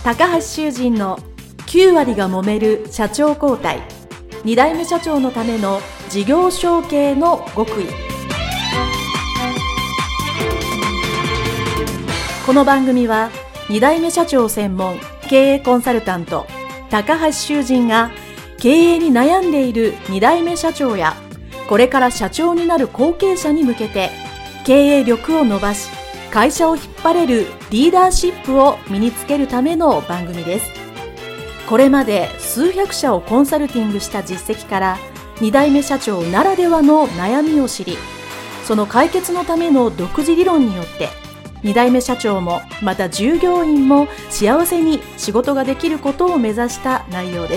高橋修人の9割が揉める社長交代、2代目社長のための事業承継の極意。この番組は2代目社長専門経営コンサルタント高橋修人が経営に悩んでいる2代目社長やこれから社長になる後継者に向けて経営力を伸ばし会社を引っ張れるリーダーシップを身につけるための番組です。これまで数百社をコンサルティングした実績から2代目社長ならではの悩みを知り、その解決のための独自理論によって2代目社長もまた従業員も幸せに仕事ができることを目指した内容です。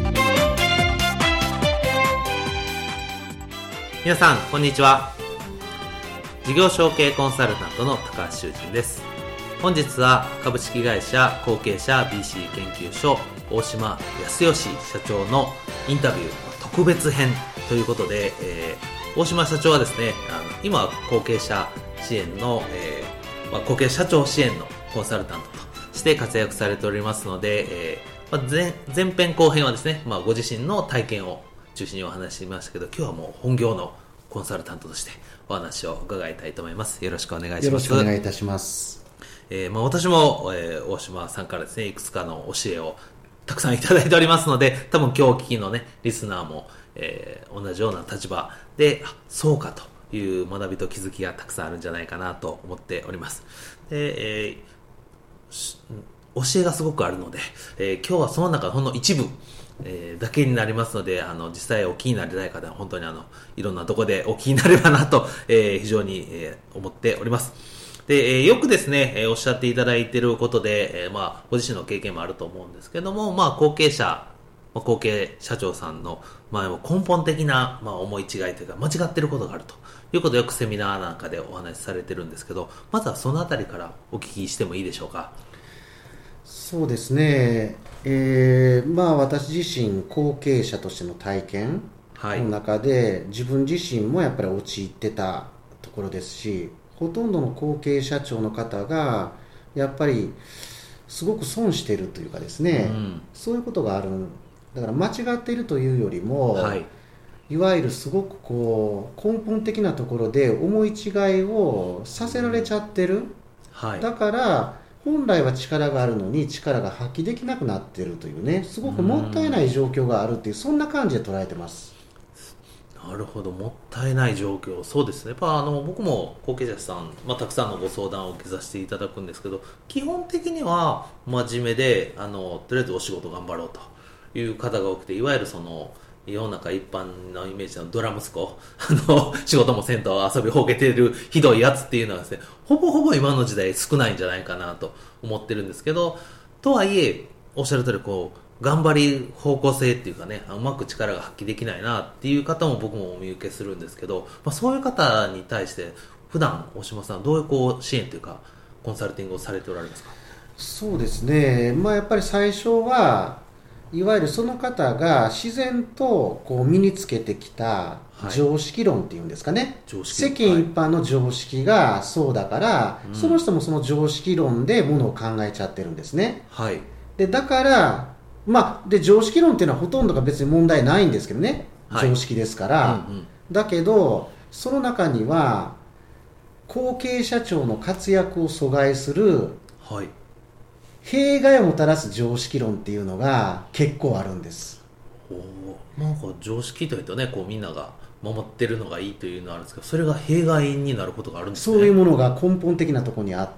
皆さんこんにちは。事業承継コンサルタントの高橋修人です。本日は株式会社後継者 BC 研究所大島康義社長のインタビュー特別編ということで、大島社長はですね、今後継者支援の、後継社長支援のコンサルタントとして活躍されておりますので、前編後編はですね、ご自身の体験を中心にお話ししましたけど、今日はもう本業のコンサルタントとしてお話を伺いたいと思います。よろしくお願いします。 よろしくお願いいたします。 私も、大島さんからですね、いくつかの教えをたくさんいただいておりますので、多分今日お聞きのねリスナーも、同じような立場でそうかという学びと気づきがたくさんあるんじゃないかなと思っております。で、教えがすごくあるので、今日はその中のほんの一部だけになりますので、実際お気になりたい方は本当にいろんなところでお気になればなと、非常に、思っております。で、よくですね、おっしゃっていただいていることで、ご自身の経験もあると思うんですけども、後継者、後継社長さんの、根本的な、思い違いというか間違っていることがあるということをよくセミナーなんかでお話しされてるんですけど、まずはそのあたりからお聞きしてもいいでしょうか。 そうですね、私自身後継者としての体験の中で、自分自身もやっぱり陥ってたところですし、ほとんどの後継社長の方がやっぱりすごく損しているというかですね、そういうことがある。だから間違っているというよりも、いわゆるすごく根本的なところで思い違いをさせられちゃってる、だから本来は力があるのに力が発揮できなくなっているというね、すごくもったいない状況があるっていう、そんな感じで捉えてます。 なるほど、もったいない状況。そうですね、僕も後継者さん、たくさんのご相談を受けさせていただくんですけど、基本的には真面目でとりあえずお仕事頑張ろうという方が多くて、いわゆるその世の中一般のイメージのドラ息子、仕事もせんと遊びほうけてるひどいやつっていうのはですね、ほぼほぼ今の時代少ないんじゃないかなと思ってるんですけど、とはいえおっしゃる通り頑張り方向性っていうかね、うまく力が発揮できないなっていう方も僕もお見受けするんですけど、そういう方に対して普段大島さんどういう支援というかコンサルティングをされておられますか。 そうですね、やっぱり最初はいわゆるその方が自然と身につけてきた常識論っていうんですかね、世間一般の常識がそうだから、その人もその常識論でものを考えちゃってるんですね。でだからで常識論っていうのはほとんどが別に問題ないんですけどね、常識ですから、だけどその中には後継社長の活躍を阻害する、弊害をもたらす常識論っていうのが結構あるんです。 なんか常識というとね、みんなが守ってるのがいいというのはあるんですけど、それが弊害になることがあるんですね。 そういうものが根本的なところにあって、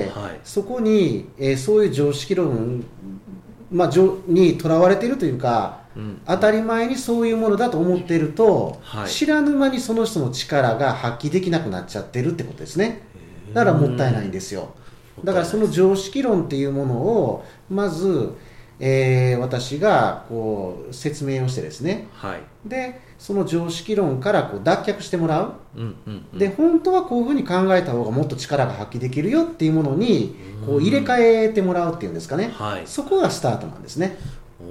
そこに、そういう常識論、にとらわれているというか、当たり前にそういうものだと思っていると、知らぬ間にその人の力が発揮できなくなっちゃってるってことですね。だからもったいないんですよ。だからその常識論っていうものをまず、私が説明をしてですね、でその常識論から脱却してもらう、で本当はこういうふうに考えた方がもっと力が発揮できるよっていうものに入れ替えてもらうっていうんですかね、そこがスタートなんですね。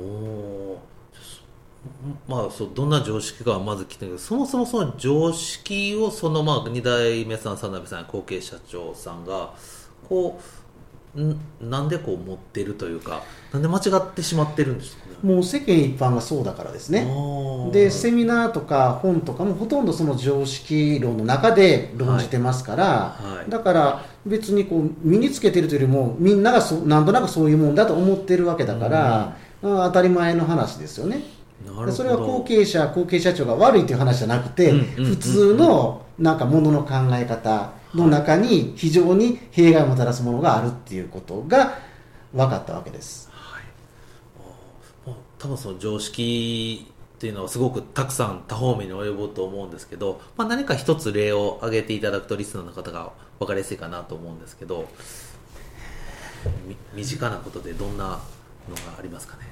どんな常識かはまず聞いたけど、そもそもその常識を2代目さん、3代目さん、後継社長さんがなんでこう持ってるというか、なんで間違ってしまってるんですかね。 もう世間一般がそうだからですね。でセミナーとか本とかもほとんどその常識論の中で論じてますから、はいはい、だから別にこう身につけてるというよりもみんながなんとなくそういうもんだと思ってるわけだから、当たり前の話ですよね。それは後継社長が悪いという話じゃなくて、普通のなんかものの考え方の中に非常に弊害をもたらすものがあるっていうことが分かったわけです。 はい、多分その常識っていうのはすごくたくさん多方面に及ぶと思うんですけど、何か一つ例を挙げていただくとリスナーの方が分かりやすいかなと思うんですけど、身近なことでどんなのがありますかね。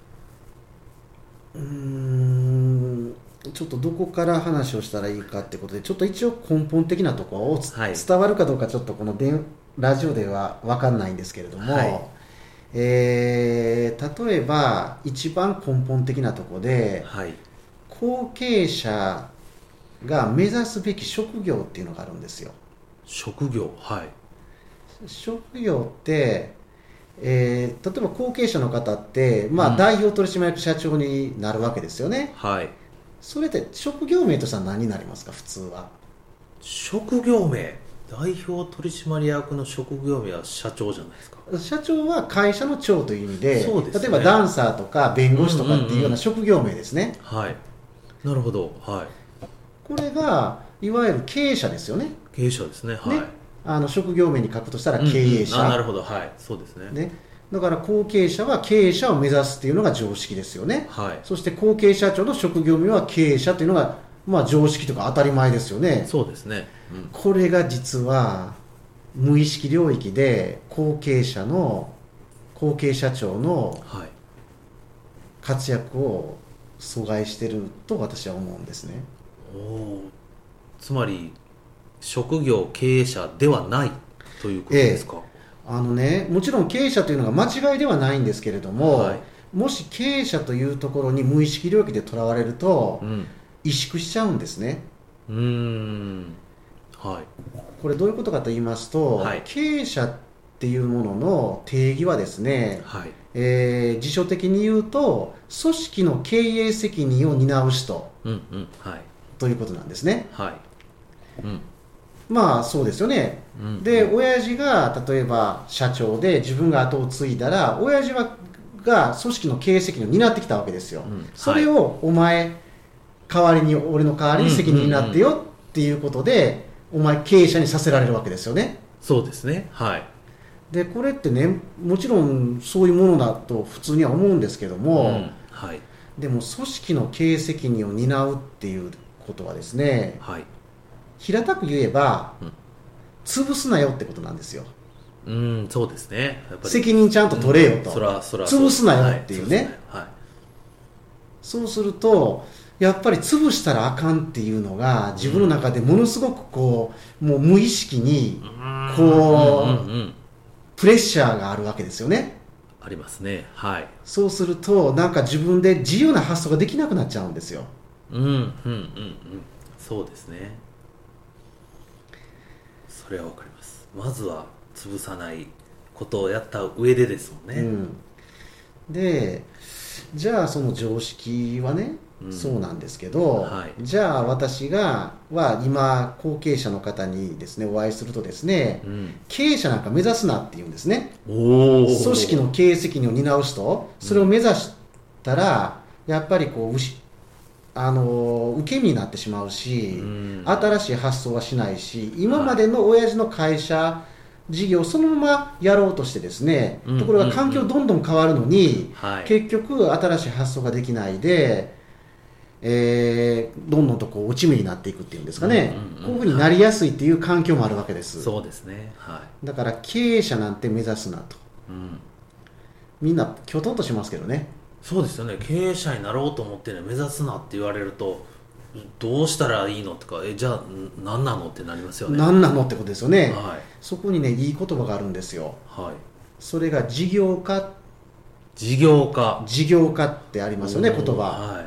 ちょっとどこから話をしたらいいかってことで、ちょっと一応根本的なところを、はい、伝わるかどうかちょっとこのラジオでは分かんないんですけれども、はい、例えば一番根本的なところで、はい、後継者が目指すべき職業っていうのがあるんですよ。 職業、はい。 職業って例えば後継者の方って、代表取締役社長になるわけですよね。はい。それって職業名としては何になりますか、普通は。 職業名、代表取締役の職業名は社長じゃないですか。 社長は会社の長という意味で、そうですね、例えばダンサーとか弁護士とかっていうような職業名ですね。 はい。なるほど。はい。 これがいわゆる経営者ですよね。 経営者ですね。はい。 職業名に書くとしたら経営者、 なるほど、はい、そうです ね。 だから後継者は経営者を目指すっていうのが常識ですよね。はい。そして後継社長の職業名は経営者というのが、常識とか当たり前ですよね。 そうですね。 これが実は無意識領域で後継社長の活躍を阻害してると私は思うんですね。 つまり職業経営者ではないということですか。 もちろん経営者というのが間違いではないんですけれども、はい、もし経営者というところに無意識領域でとらわれると、萎縮しちゃうんですね。はい、これどういうことかと言いますと、はい、経営者っていうものの定義はですね、はい、辞書的に言うと組織の経営責任を担う人、ということなんですね。はい。そうですよね。で親父が例えば社長で自分が後を継いだら、親父が組織の経営責任を担ってきたわけですよ。それをお前俺の代わりに責任になってよっていうことで、お前経営者にさせられるわけですよね。 そうですね。はい。 でこれってね、もちろんそういうものだと普通には思うんですけども、はい、でも組織の経営責任を担うっていうことはですね、はい、平たく言えば、潰すなよってことなんですよ。 そうですね。やっぱり責任ちゃんと取れよと、潰すなよっていうね。はい、そうするとやっぱり潰したらあかんっていうのが自分の中でものすごくもう無意識にプレッシャーがあるわけですよね。 ありますね。はい。 そうするとなんか自分で自由な発想ができなくなっちゃうんですよ。 そうですね。それはわかります。まずは潰さないことをやった上でですもんね。 でじゃあその常識はね、そうなんですけど、じゃあ私は今後継者の方にですねお会いするとですね、経営者なんか目指すなって言うんですね。組織の経営責任を担う人、それを目指したらやっぱり受け身になってしまうし、新しい発想はしないし、今までの親父の会社事業をそのままやろうとしてですね、ところが環境どんどん変わるのに、結局新しい発想ができないで、どんどんと落ち目になっていくっていうんですかね、こういうふうになりやすいっていう環境もあるわけです。 そうですね。はい。 だから経営者なんて目指すなと、みんなきょとんとしますけどね。 そうですよね。経営者になろうと思ってね、目指すなって言われるとどうしたらいいのとか、じゃあ何なのってなりますよね。 何なのってことですよね。はい。そこにね、いい言葉があるんですよ。はい。それが事業家ってありますよね、言葉。はい。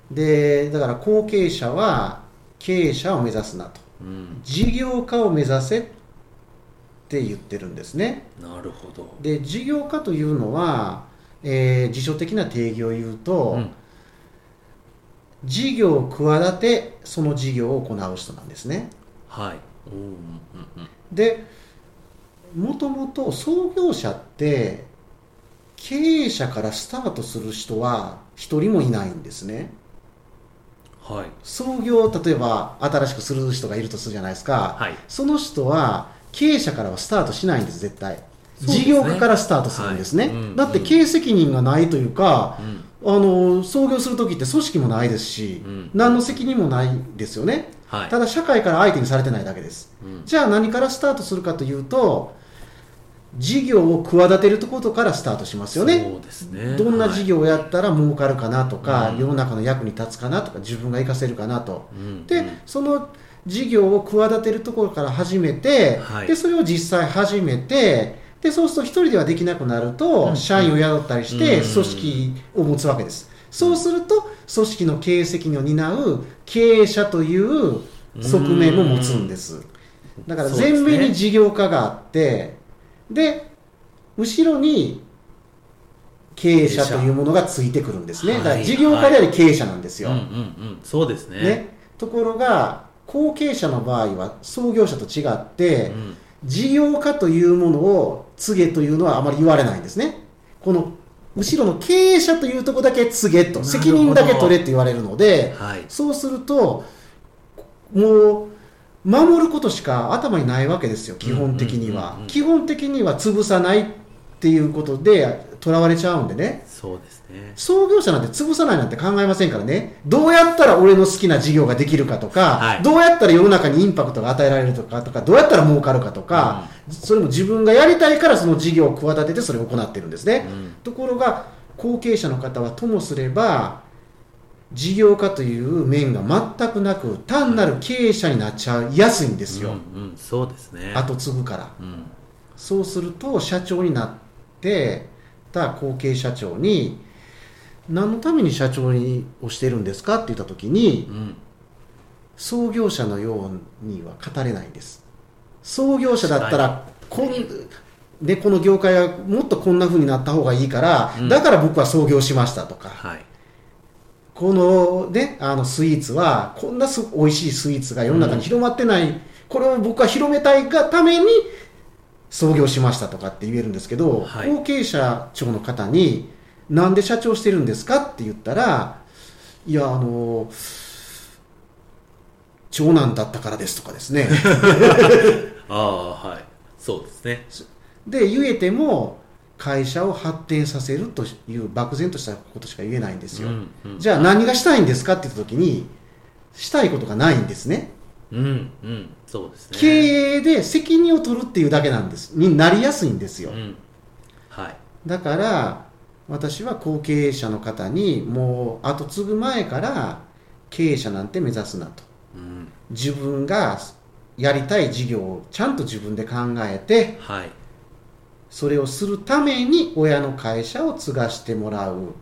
でだから後継者は経営者を目指すなと、事業家を目指せってって言ってるんですね。 なるほど。 で事業家というのは、辞書的な定義を言うと、事業を企てその事業を行う人なんですね。 はい。 でもともと創業者って経営者からスタートする人は一人もいないんですね。 はい、 創業、例えば新しくする人がいるとするじゃないですか、 はい、 その人は経営者からはスタートしないんです。絶対事業家からスタートするんですね、だって経営責任がないというか、創業するときって組織もないですし、何の責任もないですよね、はい、ただ社会から相手にされてないだけです、じゃあ何からスタートするかというと、事業を企てるところからスタートしますよね。 そうですね。 どんな事業をやったら儲かるかなとか、世の中の役に立つかなとか、自分が活かせるかなと、でその事業を企てるところから始めて、でそれを実際始めて、でそうすると一人ではできなくなると、社員を雇ったりして組織を持つわけです。そうすると組織の経営責任を担う経営者という側面も持つんです。だから前面に事業家があって、で後ろに経営者というものがついてくるんですね。だから事業家であり経営者なんですよ。 そうですね。 ところが後継者の場合は創業者と違って、事業家というものを継げというのはあまり言われないんですね。この後ろの経営者というところだけ継げと、責任だけ取れって言われるので、そうするともう守ることしか頭にないわけですよ。基本的には、基本的には潰さないっていうことでとらわれちゃうんでね。 そうですね。 創業者なんて潰さないなんて考えませんからね。どうやったら俺の好きな事業ができるかとか、どうやったら世の中にインパクトが与えられるとかどうやったら儲かるかとか、それも自分がやりたいからその事業を企ててそれを行ってるんですね、ところが後継者の方はともすれば事業家という面が全くなく、単なる経営者になっちゃいやすいんですよ、 そうですね。 後継ぐから、そうすると社長になってた後継社長に何のために社長をしてるんですかって言った時に、創業者のようには語れないんです。創業者だったらこの業界はもっとこんな風になった方がいいから、だから僕は創業しましたとか、このね、スイーツはこんな美味しいスイーツが世の中に広まってない、これを僕は広めたいがために創業しましたとかって言えるんですけど、後継社長の方になんで社長してるんですかって言ったら、いや長男だったからですとかですねそうですね。 で言えても会社を発展させるという漠然としたことしか言えないんですよ、じゃあ何がしたいんですかって言った時にしたいことがないんですね。 そうですね。 経営で責任を取るっていうだけなんですになりやすいんですよ、だから私は後継者の方にもう後継ぐ前から経営者なんて目指すなと、自分がやりたい事業をちゃんと自分で考えて、それをするために親の会社を継がしてもらう。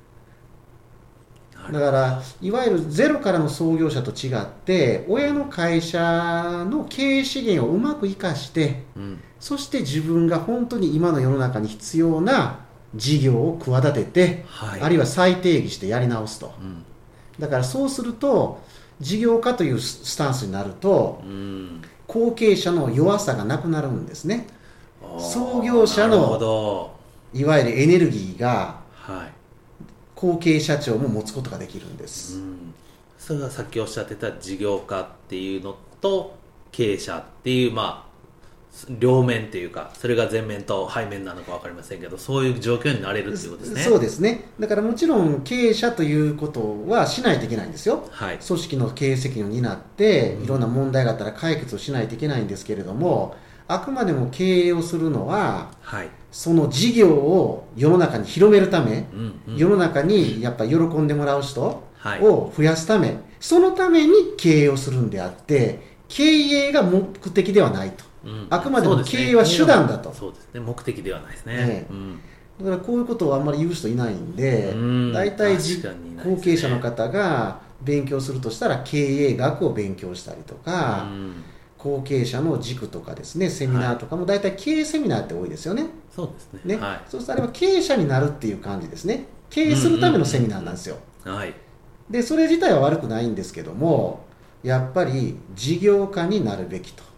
だからいわゆるゼロからの創業者と違って親の会社の経営資源をうまく生かして、そして自分が本当に今の世の中に必要な事業を企てて、あるいは再定義してやり直すと、だからそうすると事業家というスタンスになると、後継者の弱さがなくなるんですね。創業者のいわゆるエネルギーが後継社長も持つことができるんです、 それがさっきおっしゃってた事業家っていうのと経営者っていう、両面っていうか、それが前面と背面なのか分かりませんけど、そういう状況になれるっていうことですね。 そうですね。だからもちろん経営者ということはしないといけないんですよ、組織の経営責任を担っていろんな問題があったら解決をしないといけないんですけれども、あくまでも経営をするのは、その事業を世の中に広めるため、世の中にやっぱり喜んでもらう人を増やすため、そのために経営をするんであって経営が目的ではないと、あくまでも経営は手段だと。 そうですね、目的ではないですね、 だからこういうことをあんまり言う人いないんで、大体後継者の方が勉強するとしたら経営学を勉強したりとか、 後継者の軸とかですね、セミナーとかも大体経営セミナーって多いですよね。 そうですね。 そうするとあれは経営者になるっていう感じですね。経営するためのセミナーなんですよ。でそれ自体は悪くないんですけども、やっぱり事業家になるべきと。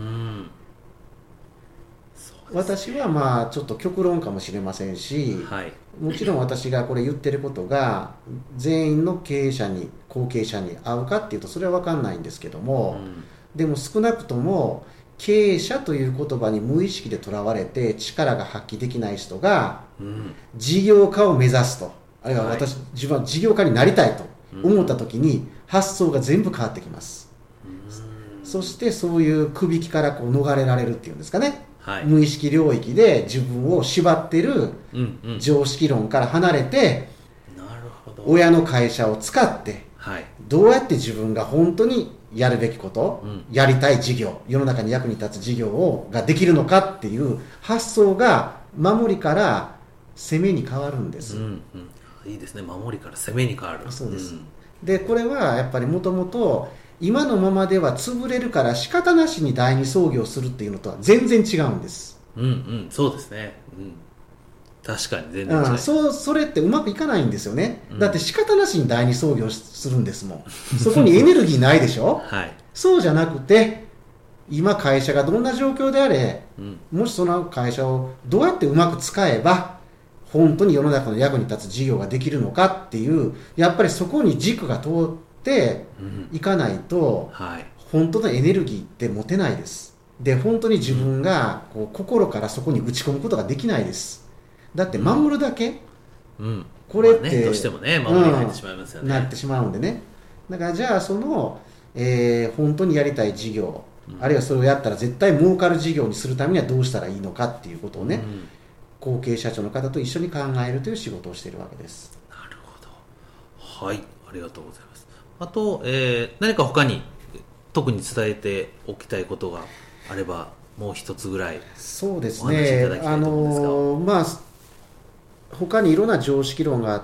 私はまあちょっと極論かもしれませんし、もちろん私がこれ言ってることが全員の経営者に後継者に合うかっていうとそれは分かんないんですけども、でも少なくとも経営者という言葉に無意識でとらわれて力が発揮できない人が事業家を目指すと、あるいは自分は事業家になりたいと思った時に発想が全部変わってきます。そしてそういうくびきからこう逃れられるっていうんですかね、無意識領域で自分を縛ってる常識論から離れて、親の会社を使ってどうやって自分が本当にやるべきこと、やりたい事業、世の中に役に立つ事業ができるのかっていう発想が守りから攻めに変わるんです。 いいですね、守りから攻めに変わる。 そうです。でこれはやっぱりもともと今のままでは潰れるから仕方なしに第二創業するっていうのとは全然違うんです。 そうですね。確かに全然違う。 それってうまくいかないんですよね。だって仕方なしに第二創業するんですもん。そこにエネルギーないでしょ。そうじゃなくて、今会社がどんな状況であれ、もしその会社をどうやってうまく使えば本当に世の中の役に立つ事業ができるのかっていう、やっぱりそこに軸が通っていかないと、本当のエネルギーって持てないです。で本当に自分がこう心からそこに打ち込むことができないです。だって守るだけ、これって、 どうしてもね守りが入ってしまいますよね。 なってしまうんでね。だからじゃあその、本当にやりたい事業、あるいはそれをやったら絶対儲かる事業にするためにはどうしたらいいのかっていうことをね、後継社長の方と一緒に考えるという仕事をしているわけです。 なるほど。はい、ありがとうございます。あと、何か他に特に伝えておきたいことがあればもう一つぐらいそうですお話しいただきたいと思うんですが、 他にいろんな常識論があって、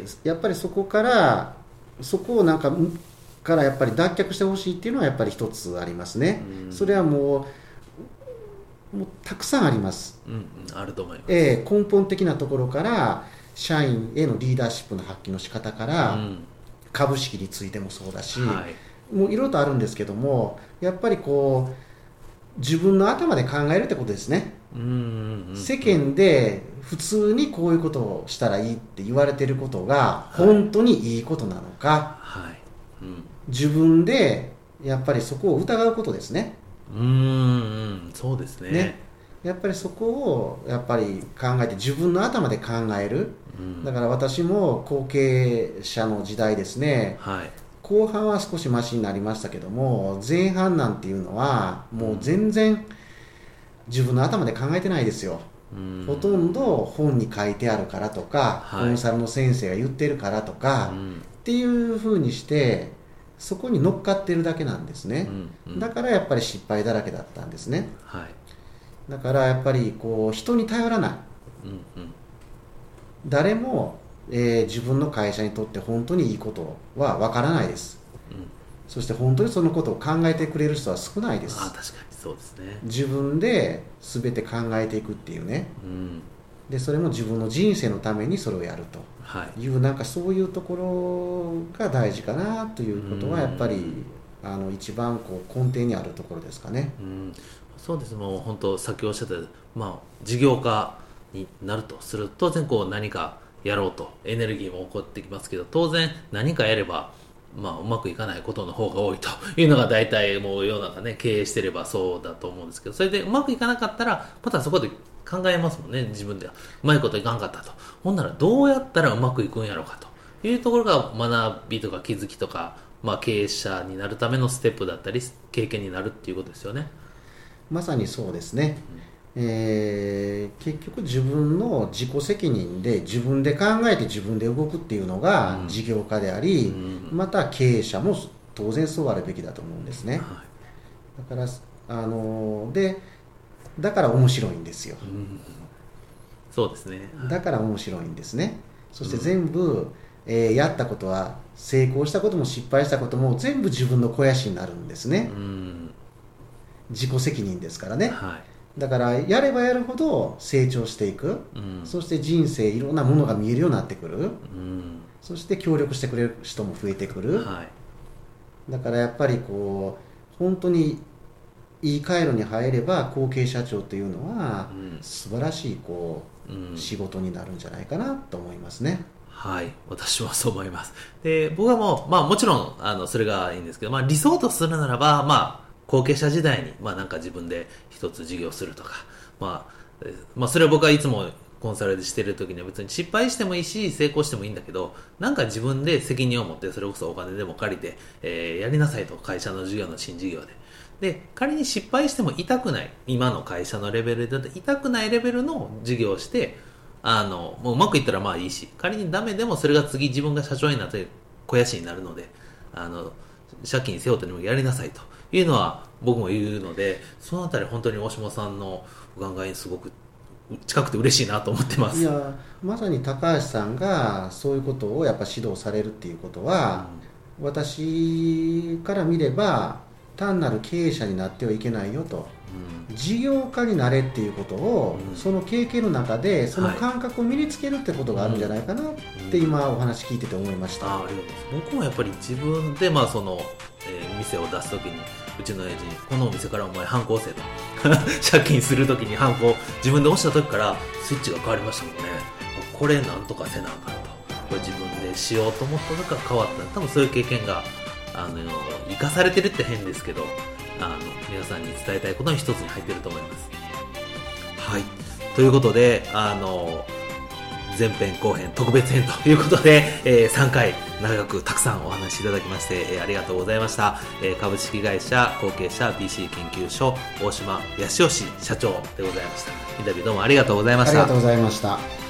やっぱりそこをなんかからやっぱり脱却してほしいっていうのはやっぱり一つありますね。それはもうたくさんあります。 あると思います。 根本的なところから社員へのリーダーシップの発揮の仕方から、株式についてもそうだし、もういろいろとあるんですけども、やっぱりこう自分の頭で考えるってことですね。世間で普通にこういうことをしたらいいって言われていることが本当にいいことなのか、自分でやっぱりそこを疑うことですね。 そうですね。 やっぱりそこをやっぱり考えて自分の頭で考える。だから私も後継者の時代ですね、後半は少しマシになりましたけども、前半なんていうのはもう全然自分の頭で考えてないですよ。ほとんど本に書いてあるからとか、コンサルの先生が言ってるからとか、っていうふうにしてそこに乗っかってるだけなんですね。だからやっぱり失敗だらけだったんですね。だからやっぱりこう人に頼らない、誰も、自分の会社にとって本当にいいことはわからないです。そして本当にそのことを考えてくれる人は少ないです。 確かにそうですね。 自分で全て考えていくっていうね、でそれも自分の人生のためにそれをやるという、なんかそういうところが大事かなということはやっぱり一番こう根底にあるところですかね。 そうです。もう本当さっきおっしゃった、事業家になるとすると当然こう何かやろうとエネルギーも起こってきますけど、当然何かやればうまくいかないことの方が多いというのが大体もう世の中ね、経営してればそうだと思うんですけど、それでうまくいかなかったらまたそこで考えますもんね。自分ではうまいこといかんかったと、ほんならどうやったらうまくいくんやろうかというところが学びとか気づきとか、経営者になるためのステップだったり経験になるっていうことですよね。 まさにそうですね。結局自分の自己責任で自分で考えて自分で動くっていうのが事業家であり、また経営者も当然そうあるべきだと思うんですね。だからだから面白いんですよ。 そうですね。 だから面白いんですね。そして全部、やったことは成功したことも失敗したことも全部自分の肥やしになるんですね。 自己責任ですからね、 はい、 だからやればやるほど成長していく、そして人生いろんなものが見えるようになってくる、そして協力してくれる人も増えてくる、はい、だからやっぱりこう本当にいい回路に入れば後継社長というのは素晴らしいこう、仕事になるんじゃないかなと思いますね。 はい、私もそう思います。で、僕はもう、もちろんそれがいいんですけど、理想とするならば、後継者時代に、なんか自分で一つ事業するとか、それは僕はいつもコンサルでしてる時には別に失敗してもいいし成功してもいいんだけど、なんか自分で責任を持ってそれこそお金でも借りて、やりなさいと、会社の事業の新事業で仮に失敗しても痛くない、今の会社のレベルで痛くないレベルの事業をしてもううまくいったらいいし、仮にダメでもそれが次自分が社長になって肥やしになるので借金背負ってでもやりなさいというのは僕も言うので、そのあたり本当に大島さんのお考えにすごく近くて嬉しいなと思ってます。 いやまさに高橋さんがそういうことをやっぱ指導されるっていうことは、私から見れば単なる経営者になってはいけないよと、事業家になれっていうことを、その経験の中でその感覚を身につけるってことがあるんじゃないかなって今お話聞いてて思いました。 ありがとうございます。僕もやっぱり自分で店を出すときにうちの親父にこのお店からお前反抗せと借金するときに反抗自分で押したときからスイッチが変わりましたもんね。これなんとかせなあかんと、これ自分でしようと思ったのが変わった。多分そういう経験が生かされてるって変ですけど皆さんに伝えたいことの一つに入ってると思います。はい、ということで前編後編特別編ということで、3回長くたくさんお話しいただきまして、ありがとうございました。株式会社後継者 BC 研究所大島康義社長でございました。インタビューどうもありがとうございました。 ありがとうございました。